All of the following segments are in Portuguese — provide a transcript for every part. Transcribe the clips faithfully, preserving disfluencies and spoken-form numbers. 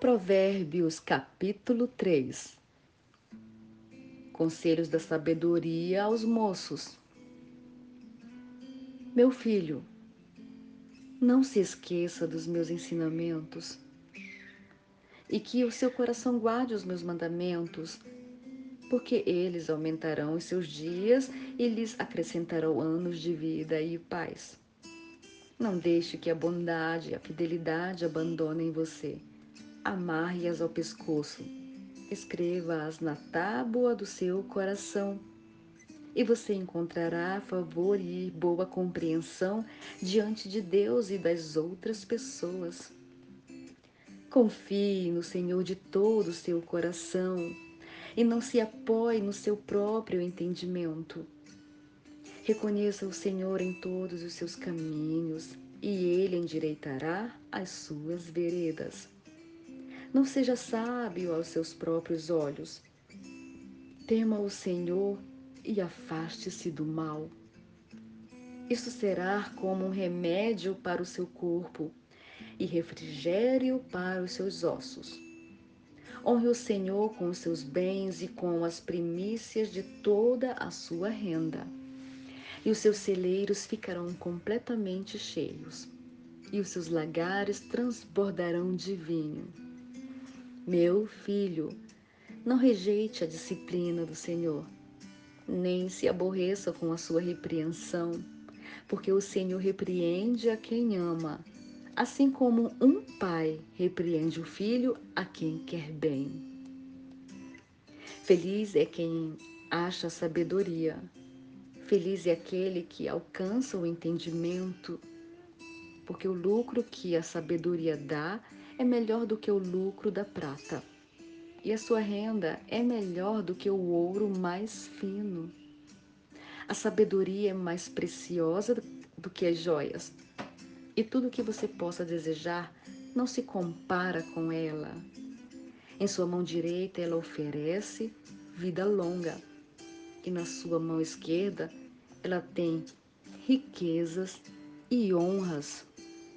Provérbios capítulo três. Conselhos da sabedoria aos moços. Meu filho, não se esqueça dos meus ensinamentos e que o seu coração guarde os meus mandamentos, porque eles aumentarão os seus dias e lhes acrescentarão anos de vida e paz. Não deixe que a bondade e a fidelidade abandonem você. Amarre-as ao pescoço. Escreva-as na tábua do seu coração. E você encontrará favor e boa compreensão diante de Deus e das outras pessoas. Confie no Senhor de todo o seu coração e não se apoie no seu próprio entendimento. Reconheça o Senhor em todos os seus caminhos e Ele endireitará as suas veredas. Não seja sábio aos seus próprios olhos. Tema o Senhor e afaste-se do mal. Isso será como um remédio para o seu corpo e refrigério para os seus ossos. Honre o Senhor com os seus bens e com as primícias de toda a sua renda. E os seus celeiros ficarão completamente cheios, e os seus lagares transbordarão de vinho. Meu filho, não rejeite a disciplina do Senhor, nem se aborreça com a sua repreensão, porque o Senhor repreende a quem ama, assim como um pai repreende o filho a quem quer bem. Feliz é quem acha sabedoria, feliz é aquele que alcança o entendimento, porque o lucro que a sabedoria dá é melhor do que o lucro da prata, e a sua renda é melhor do que o ouro mais fino. A sabedoria é mais preciosa do que as joias, e tudo o que você possa desejar não se compara com ela. Em sua mão direita ela oferece vida longa, e na sua mão esquerda ela tem riquezas e honras.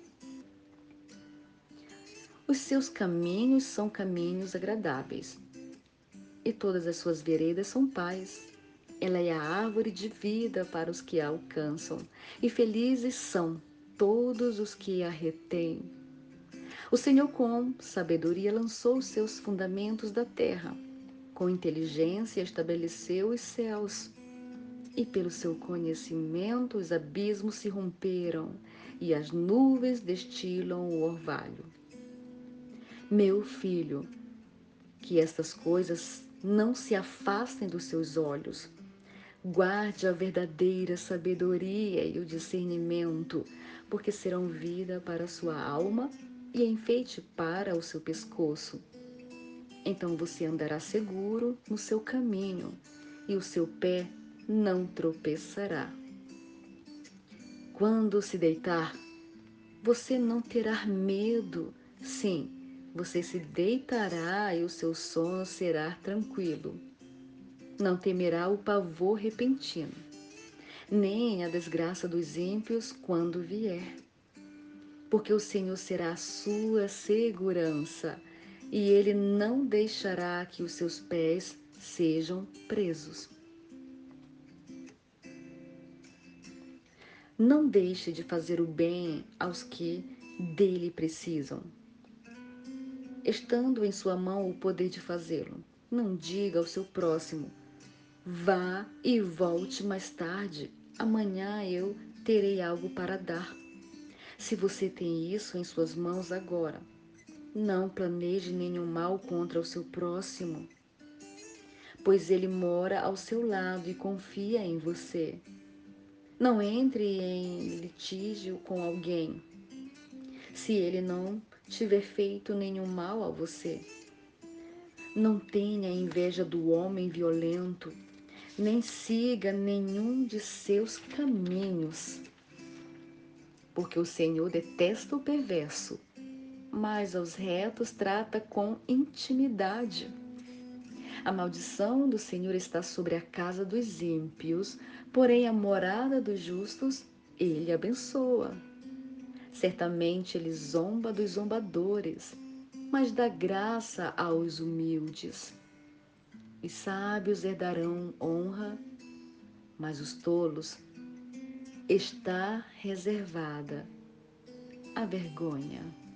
Os seus caminhos são caminhos agradáveis, e todas as suas veredas são paz. Ela é a árvore de vida para os que a alcançam, e felizes são todos os que a retêm. O Senhor com sabedoria lançou os seus fundamentos da terra, com inteligência estabeleceu os céus, e pelo seu conhecimento os abismos se romperam, e as nuvens destilam o orvalho. Meu filho, que estas coisas não se afastem dos seus olhos. Guarde a verdadeira sabedoria e o discernimento, porque serão vida para a sua alma e enfeite para o seu pescoço. Então você andará seguro no seu caminho e o seu pé não tropeçará. Quando se deitar, você não terá medo. Sim, você se deitará e o seu sono será tranquilo. Não temerá o pavor repentino, nem a desgraça dos ímpios quando vier. Porque o Senhor será a sua segurança, e Ele não deixará que os seus pés sejam presos. Não deixe de fazer o bem aos que dele precisam, estando em sua mão o poder de fazê-lo. Não diga ao seu próximo: vá e volte mais tarde, amanhã eu terei algo para dar. Se você tem isso em suas mãos agora, não planeje nenhum mal contra o seu próximo, pois ele mora ao seu lado e confia em você. Não entre em litígio com alguém, se ele não tiver feito nenhum mal a você. Não tenha inveja do homem violento, nem siga nenhum de seus caminhos, porque o Senhor detesta o perverso, mas aos retos trata com intimidade. A maldição do Senhor está sobre a casa dos ímpios, porém a morada dos justos ele abençoa. Certamente ele zomba dos zombadores, mas dá graça aos humildes. Os sábios herdarão honra, mas os tolos está reservada a vergonha.